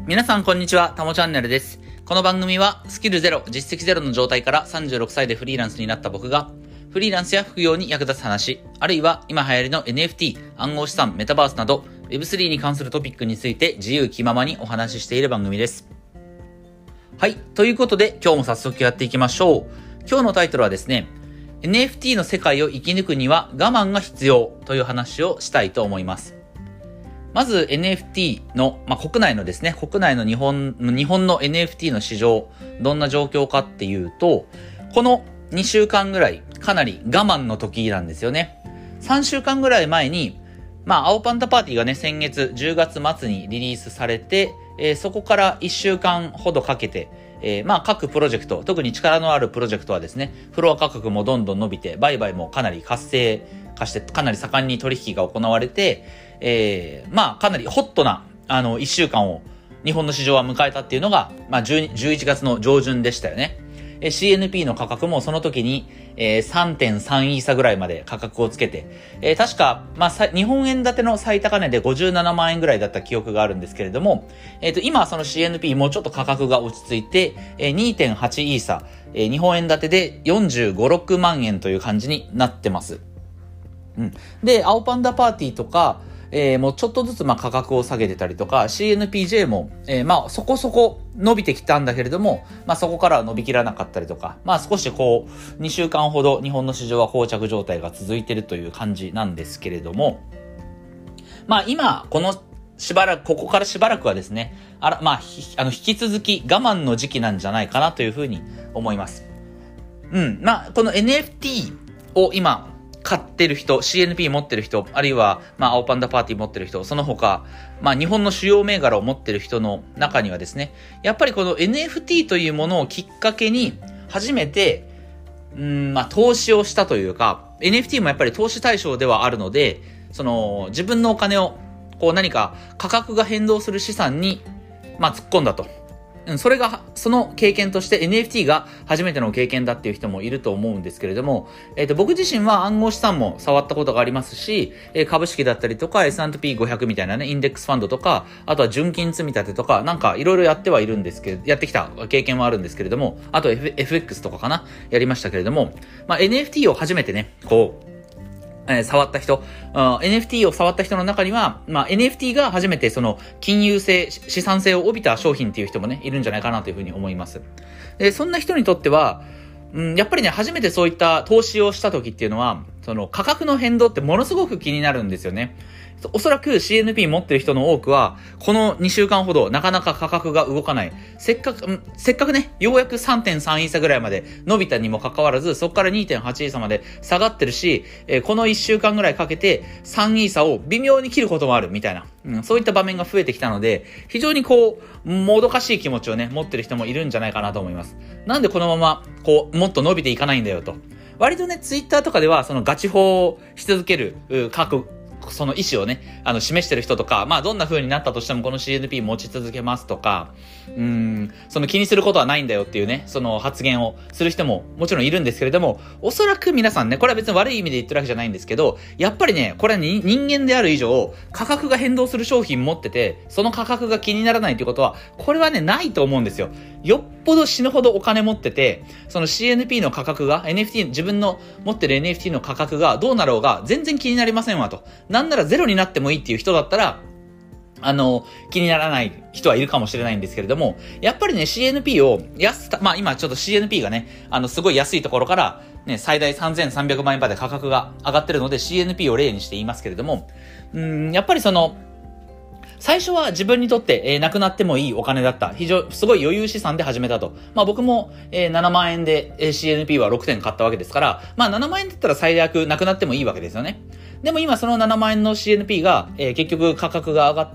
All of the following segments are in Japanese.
皆さんこんにちは、たもチャンネルです。この番組はスキルゼロ、実績ゼロの状態から36歳でフリーランスになった僕が、フリーランスや副業に役立つ話、あるいは今流行りの NFT、暗号資産、メタバースなど Web3 に関するトピックについて自由気ままにお話ししている番組です。はい、ということで今日も早速やっていきましょう。今日のタイトルはですね、NFT の世界を生き抜くには我慢が必要という話をしたいと思います。まず NFT の、国内のですね、国内の日本の NFT の市場、どんな状況かっていうと、この2週間ぐらい、かなり我慢の時なんですよね。3週間ぐらい前に、青パンダパーティーがね、先月10月末にリリースされて、そこから1週間ほどかけて、各プロジェクト、特に力のあるプロジェクトはですね、フロア価格もどんどん伸びて、売買もかなり活性化して、かなり盛んに取引が行われて、かなりホットな、1週間を日本の市場は迎えたっていうのが、11月の上旬でしたよね。CNP の価格もその時に、3.3 イーサぐらいまで価格をつけて、確か、日本円建ての最高値で57万円ぐらいだった記憶があるんですけれども、今はその CNP もうちょっと価格が落ち着いて、2.8 イーサ、日本円建てで45、6万円という感じになってます。で、青パンダパーティーとか、もうちょっとずつ価格を下げてたりとか、CNPJ も、そこそこ伸びてきたんだけれども、そこからは伸びきらなかったりとか、少し2週間ほど日本の市場は膠着状態が続いているという感じなんですけれども、今、ここからしばらくはですね、引き続き我慢の時期なんじゃないかなというふうに思います。この NFT を今、買ってる人、CNP 持ってる人、あるいは、青パンダパーティー持ってる人、その他、日本の主要銘柄を持ってる人の中にはですね、やっぱりこの NFT というものをきっかけに、初めて、投資をしたというか、NFT もやっぱり投資対象ではあるので、自分のお金を、何か価格が変動する資産に、突っ込んだと。それが、その経験として NFT が初めての経験だっていう人もいると思うんですけれども、僕自身は暗号資産も触ったことがありますし、株式だったりとか S&P500 みたいなね、インデックスファンドとか、あとは純金積み立てとか、いろいろやってはいるんですけど、やってきた経験はあるんですけれども、あと FX とかかな、やりましたけれども、NFT を初めてね、触った人、NFT を触った人の中には、NFT が初めてその金融性、資産性を帯びた商品っていう人もね、いるんじゃないかなというふうに思います。で、そんな人にとっては、やっぱりね、初めてそういった投資をした時っていうのは、その価格の変動ってものすごく気になるんですよね。おそらく CNP 持ってる人の多くは、この2週間ほどなかなか価格が動かない。せっかくね、ようやく 3.3 イーサぐらいまで伸びたにもかかわらず、そこから 2.8 イーサまで下がってるし、この1週間ぐらいかけて3イーサを微妙に切ることもあるみたいな、そういった場面が増えてきたので、非常にもどかしい気持ちをね、持ってる人もいるんじゃないかなと思います。なんでこのまま、もっと伸びていかないんだよと。割とね、ツイッターとかでは、そのガチ法し続ける、その意思をね、示してる人とか、どんな風になったとしてもこの CNP 持ち続けますとか、その気にすることはないんだよっていうね、その発言をする人ももちろんいるんですけれども、おそらく皆さんね、これは別に悪い意味で言ってるわけじゃないんですけど、やっぱりね、これは人間である以上、価格が変動する商品持ってて、その価格が気にならないということは、これはね、ないと思うんですよ。よっぽど死ぬほどお金持ってて、その CNP の価格が、自分の持ってる NFT の価格がどうなろうが全然気になりませんわと。なんならゼロになってもいいっていう人だったら、気にならない人はいるかもしれないんですけれども、やっぱりね、CNP を今ちょっと CNP がね、すごい安いところから、ね、最大3300万円まで価格が上がってるので CNP を例にして言いますけれども、やっぱり最初は自分にとって、なくなってもいいお金だった。すごい余裕資産で始めたと。僕も、7万円で、CNP は6点買ったわけですから、7万円だったら最悪なくなってもいいわけですよね。でも今その7万円の CNP が、結局価格が上がって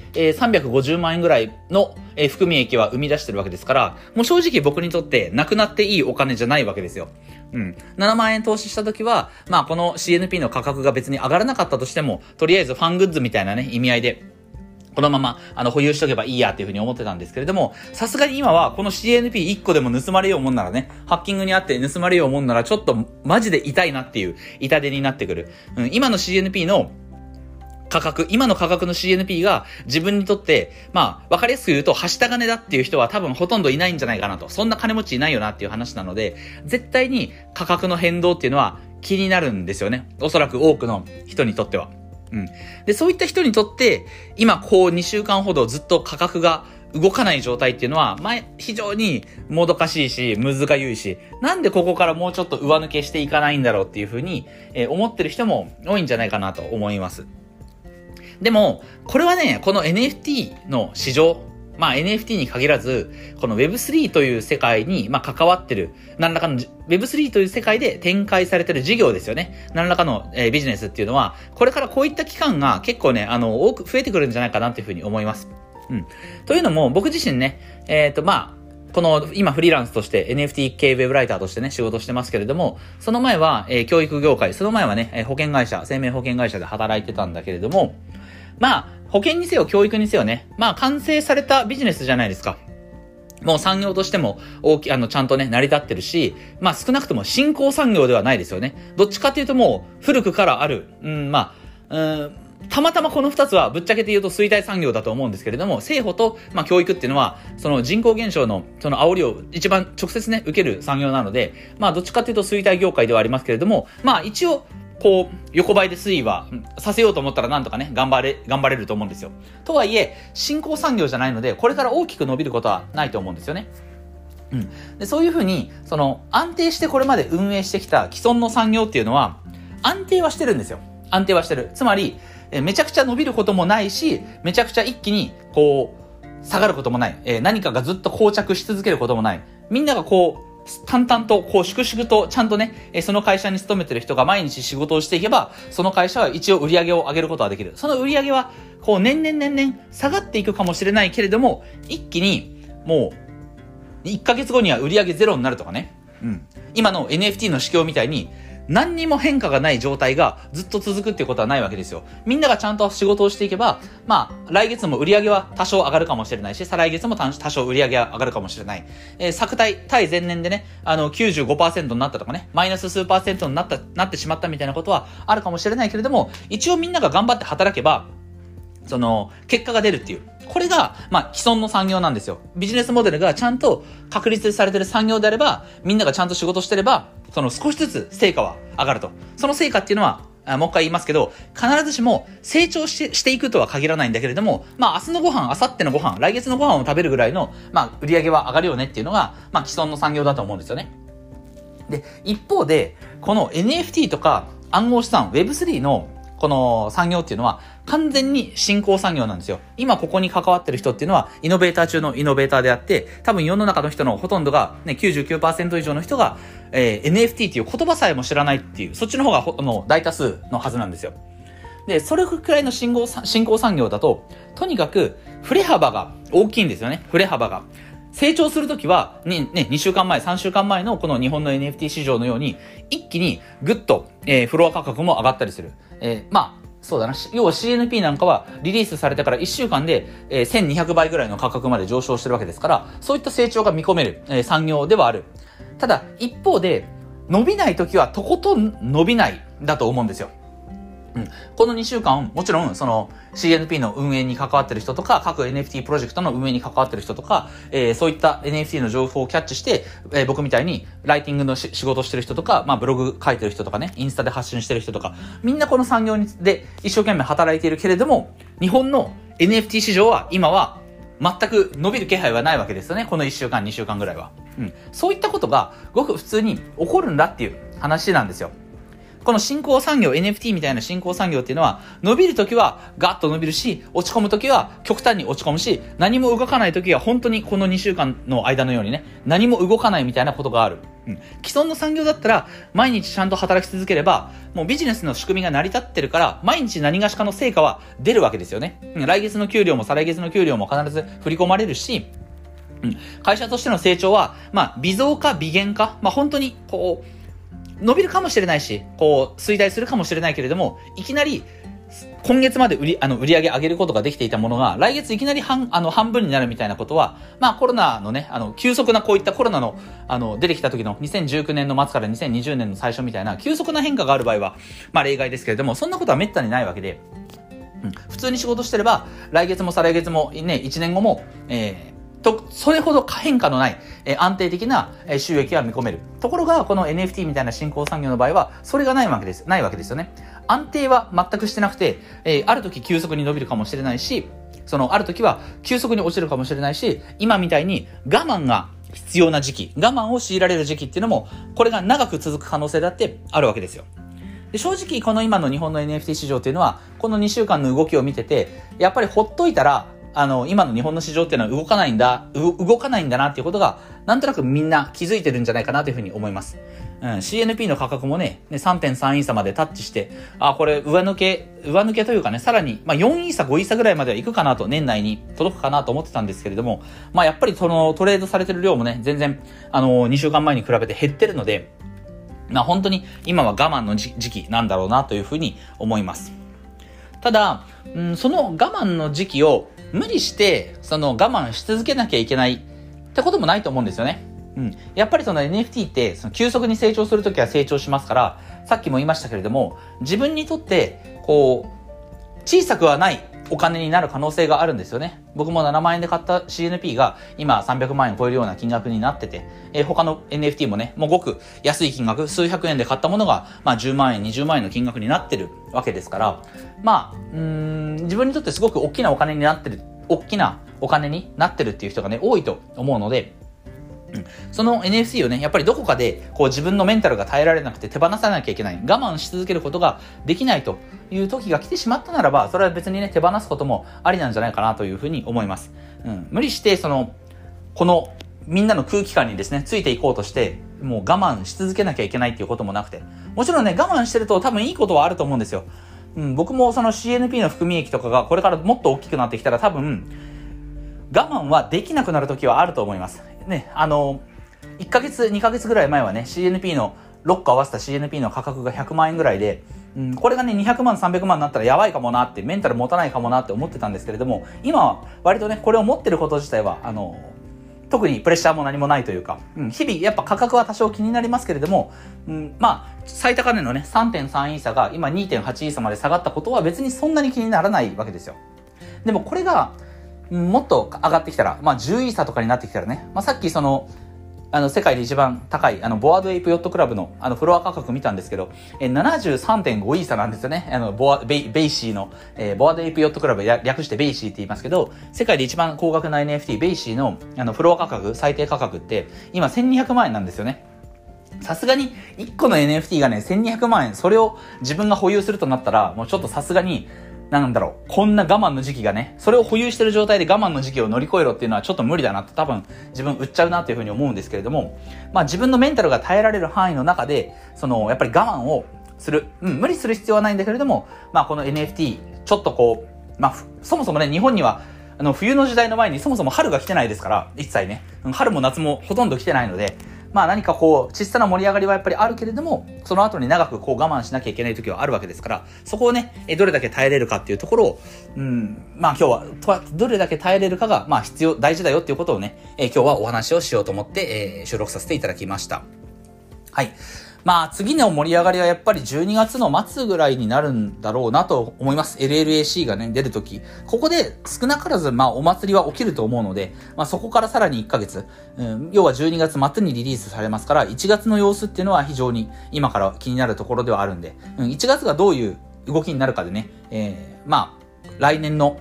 、350万円ぐらいの、含み益は生み出してるわけですから、もう正直僕にとってなくなっていいお金じゃないわけですよ。7万円投資した時は、この CNP の価格が別に上がらなかったとしても、とりあえずファングッズみたいなね、意味合いで、このまま、保有しとけばいいやっていうふうに思ってたんですけれども、さすがに今はこの CNP1 個でも盗まれようもんならね、ハッキングにあって盗まれようもんならちょっとマジで痛いなっていう痛手になってくる。今の CNP の価格、今の価格の CNP が自分にとって、わかりやすく言うと、はした金だっていう人は多分ほとんどいないんじゃないかなと。そんな金持ちいないよなっていう話なので、絶対に価格の変動っていうのは気になるんですよね。おそらく多くの人にとっては。で、そういった人にとって、今2週間ほどずっと価格が動かない状態っていうのは、非常にもどかしいし、むずがゆいし、なんでここからもうちょっと上抜けしていかないんだろうっていうふうに、思ってる人も多いんじゃないかなと思います。でも、これはね、この NFT の市場、NFT に限らず、この Web3 という世界に、関わってる、何らかの Web3 という世界で展開されてる事業ですよね。何らかの、ビジネスっていうのは、これからこういった期間が結構ね、多く増えてくるんじゃないかなというふうに思います。というのも、僕自身ね、この、今フリーランスとして NFT 系ウェブライターとしてね、仕事してますけれども、その前は、教育業界、その前はね、保険会社、生命保険会社で働いてたんだけれども、保険にせよ教育にせよね、完成されたビジネスじゃないですか。もう産業としてもちゃんとね、成り立ってるし、少なくとも新興産業ではないですよね。どっちかっていうともう古くからある、たまたまこの二つはぶっちゃけて言うと衰退産業だと思うんですけれども、生保と、教育っていうのは、その人口減少の、その煽りを一番直接ね、受ける産業なので、どっちかっていうと衰退業界ではありますけれども、一応、横ばいで推移はさせようと思ったらなんとかね、頑張れると思うんですよ。とはいえ、新興産業じゃないので、これから大きく伸びることはないと思うんですよね。で、そういうふうに、安定してこれまで運営してきた既存の産業っていうのは、安定はしてるんですよ。安定はしてる。つまり、めちゃくちゃ伸びることもないし、めちゃくちゃ一気に、下がることもない。何かがずっと膠着し続けることもない。みんなが淡々と、粛々と、ちゃんとね、その会社に勤めてる人が毎日仕事をしていけば、その会社は一応売り上げを上げることができる。その売り上げは、年々下がっていくかもしれないけれども、一気に、もう、1ヶ月後には売り上げゼロになるとかね。今の NFT の市況みたいに、何にも変化がない状態がずっと続くっていうことはないわけですよ。みんながちゃんと仕事をしていけば、来月も売り上げは多少上がるかもしれないし、再来月も多少売り上げは上がるかもしれない。対前年でね、95% になったとかね、マイナス数%になってしまったみたいなことはあるかもしれないけれども、一応みんなが頑張って働けば、結果が出るっていう。これが、既存の産業なんですよ。ビジネスモデルがちゃんと確立されてる産業であれば、みんながちゃんと仕事してれば、少しずつ成果は上がると。その成果っていうのは、もう一回言いますけど、必ずしも成長していくとは限らないんだけれども、明日のご飯、明後日のご飯、来月のご飯を食べるぐらいの、売り上げは上がるよねっていうのが、既存の産業だと思うんですよね。で、一方で、この NFT とか暗号資産、Web3 のこの産業っていうのは完全に新興産業なんですよ。今ここに関わってる人っていうのはイノベーター中のイノベーターであって、多分世の中の人のほとんどが、99% 以上の人が、NFT っていう言葉さえも知らないっていう、そっちの方が大多数のはずなんですよ。で、それくらいの新興産業だと、とにかく振れ幅が大きいんですよね。振れ幅が。成長するときは、2週間前、3週間前のこの日本の NFT 市場のように、一気にぐっと、フロア価格も上がったりする。そうだな。要は CNP なんかはリリースされてから1週間で、1200倍ぐらいの価格まで上昇してるわけですから、そういった成長が見込める、産業ではある。ただ、一方で、伸びないときはとことん伸びないだと思うんですよ。この2週間、もちろん、CNP の運営に関わってる人とか、各 NFT プロジェクトの運営に関わってる人とか、そういった NFT の情報をキャッチして、僕みたいに、ライティングの仕事をしてる人とか、ブログ書いてる人とかね、インスタで発信してる人とか、みんなこの産業で一生懸命働いているけれども、日本の NFT 市場は今は全く伸びる気配はないわけですよね。この1週間、2週間ぐらいは。そういったことがごく普通に起こるんだっていう話なんですよ。この新興産業、NFT みたいな新興産業っていうのは、伸びるときはガッと伸びるし、落ち込むときは極端に落ち込むし、何も動かないときは本当にこの2週間の間のようにね、何も動かないみたいなことがある。既存の産業だったら、毎日ちゃんと働き続ければ、もうビジネスの仕組みが成り立ってるから、毎日何がしかの成果は出るわけですよね。来月の給料も再来月の給料も必ず振り込まれるし、会社としての成長は、微増か微減か、本当に伸びるかもしれないし、衰退するかもしれないけれども、いきなり、今月まで売り上げ上げることができていたものが、来月いきなり半分になるみたいなことは、コロナのね、急速なこういったコロナの、出てきた時の2019年の末から2020年の最初みたいな、急速な変化がある場合は、例外ですけれども、そんなことは滅多にないわけで、 普通に仕事してれば、来月も再来月もね、1年後も、それほど変化のない、安定的な収益は見込める。ところが、この NFT みたいな新興産業の場合は、それがないわけですよね。安定は全くしてなくて、ある時急速に伸びるかもしれないし、ある時は急速に落ちるかもしれないし、今みたいに我慢が必要な時期、我慢を強いられる時期っていうのも、これが長く続く可能性だってあるわけですよ。で、正直この今の日本の NFT 市場っていうのは、この2週間の動きを見てて、やっぱりほっといたら、今の日本の市場っていうのは動かないんだなっていうことが、なんとなくみんな気づいてるんじゃないかなというふうに思います。CNP の価格もね、3.3 イーサまでタッチして、これ上抜けというかね、さらに、4イーサ、5イーサぐらいまでは行くかなと、年内に届くかなと思ってたんですけれども、やっぱりトレードされてる量もね、全然、2週間前に比べて減ってるので、本当に今は我慢の時期なんだろうなというふうに思います。ただ、その我慢の時期を無理して、我慢し続けなきゃいけないってこともないと思うんですよね。やっぱりNFT って、急速に成長するときは成長しますから、さっきも言いましたけれども、自分にとって、小さくはないお金になる可能性があるんですよね。僕も7万円で買った CNP が今300万円超えるような金額になってて、他の NFT もね、もうごく安い金額、数百円で買ったものが、10万円、20万円の金額になってるわけですから、自分にとってすごく大きなお金になってるっていう人がね、多いと思うので、その NFT をね、やっぱりどこかで自分のメンタルが耐えられなくて手放さなきゃいけない、我慢し続けることができないという時が来てしまったならば、それは別にね、手放すこともありなんじゃないかなというふうに思います。無理してこのみんなの空気感にですね、ついていこうとして、もう我慢し続けなきゃいけないっていうこともなくて、もちろんね、我慢してると多分いいことはあると思うんですよ。僕もCNP の含み益とかがこれからもっと大きくなってきたら多分、我慢はできなくなる時はあると思います。ね、1ヶ月、2ヶ月ぐらい前はね、CNP の、6個合わせた CNP の価格が100万円ぐらいで、これがね、200万、300万になったらやばいかもなって、メンタル持たないかもなって思ってたんですけれども、今は割とね、これを持ってること自体は、特にプレッシャーも何もないというか、日々やっぱ価格は多少気になりますけれども、最高値のね、3.3 イーサが今 2.8 イーサまで下がったことは別にそんなに気にならないわけですよ。でもこれが、もっと上がってきたら、10イーサとかになってきたらね、さっき世界で一番高い、ボワードエイプヨットクラブの、フロア価格見たんですけど、73.5 イーサなんですよね。ベイシーの、ボワードエイプヨットクラブ、略してベイシーって言いますけど、世界で一番高額な NFT、ベイシーの、フロア価格、最低価格って、今1200万円なんですよね。さすがに、1個の NFT がね、1200万円、それを自分が保有するとなったら、もうちょっとさすがに、こんな我慢の時期がね、それを保有してる状態で我慢の時期を乗り越えろっていうのはちょっと無理だなって多分自分売っちゃうなっていうふうに思うんですけれども、自分のメンタルが耐えられる範囲の中で、やっぱり我慢をする。無理する必要はないんだけれども、この NFT、ちょっとそもそもね、日本には、冬の時代の前にそもそも春が来てないですから、一切ね、春も夏もほとんど来てないので、何か小さな盛り上がりはやっぱりあるけれども、その後に長く我慢しなきゃいけない時はあるわけですから、そこをね、どれだけ耐えれるかっていうところを、今日は、どれだけ耐えれるかが、大事だよっていうことをね、今日はお話をしようと思って、収録させていただきました。はい。次の盛り上がりはやっぱり12月の末ぐらいになるんだろうなと思います。LLAC がね、出るとき。ここで少なからず、お祭りは起きると思うので、そこからさらに1ヶ月、要は12月末にリリースされますから、1月の様子っていうのは非常に今から気になるところではあるんで、1月がどういう動きになるかでね、来年の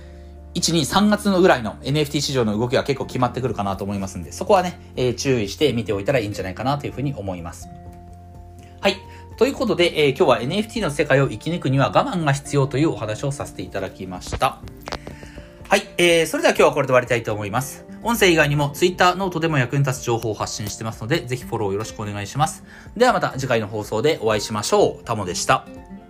1、2、3月のぐらいの NFT 市場の動きは結構決まってくるかなと思いますんで、そこはね、注意して見ておいたらいいんじゃないかなというふうに思います。はい。ということで、今日は NFT の世界を生き抜くには我慢が必要というお話をさせていただきました。はい。それでは今日はこれで終わりたいと思います。音声以外にも Twitter、ノートでも役に立つ情報を発信してますので、ぜひフォローよろしくお願いします。ではまた次回の放送でお会いしましょう。タモでした。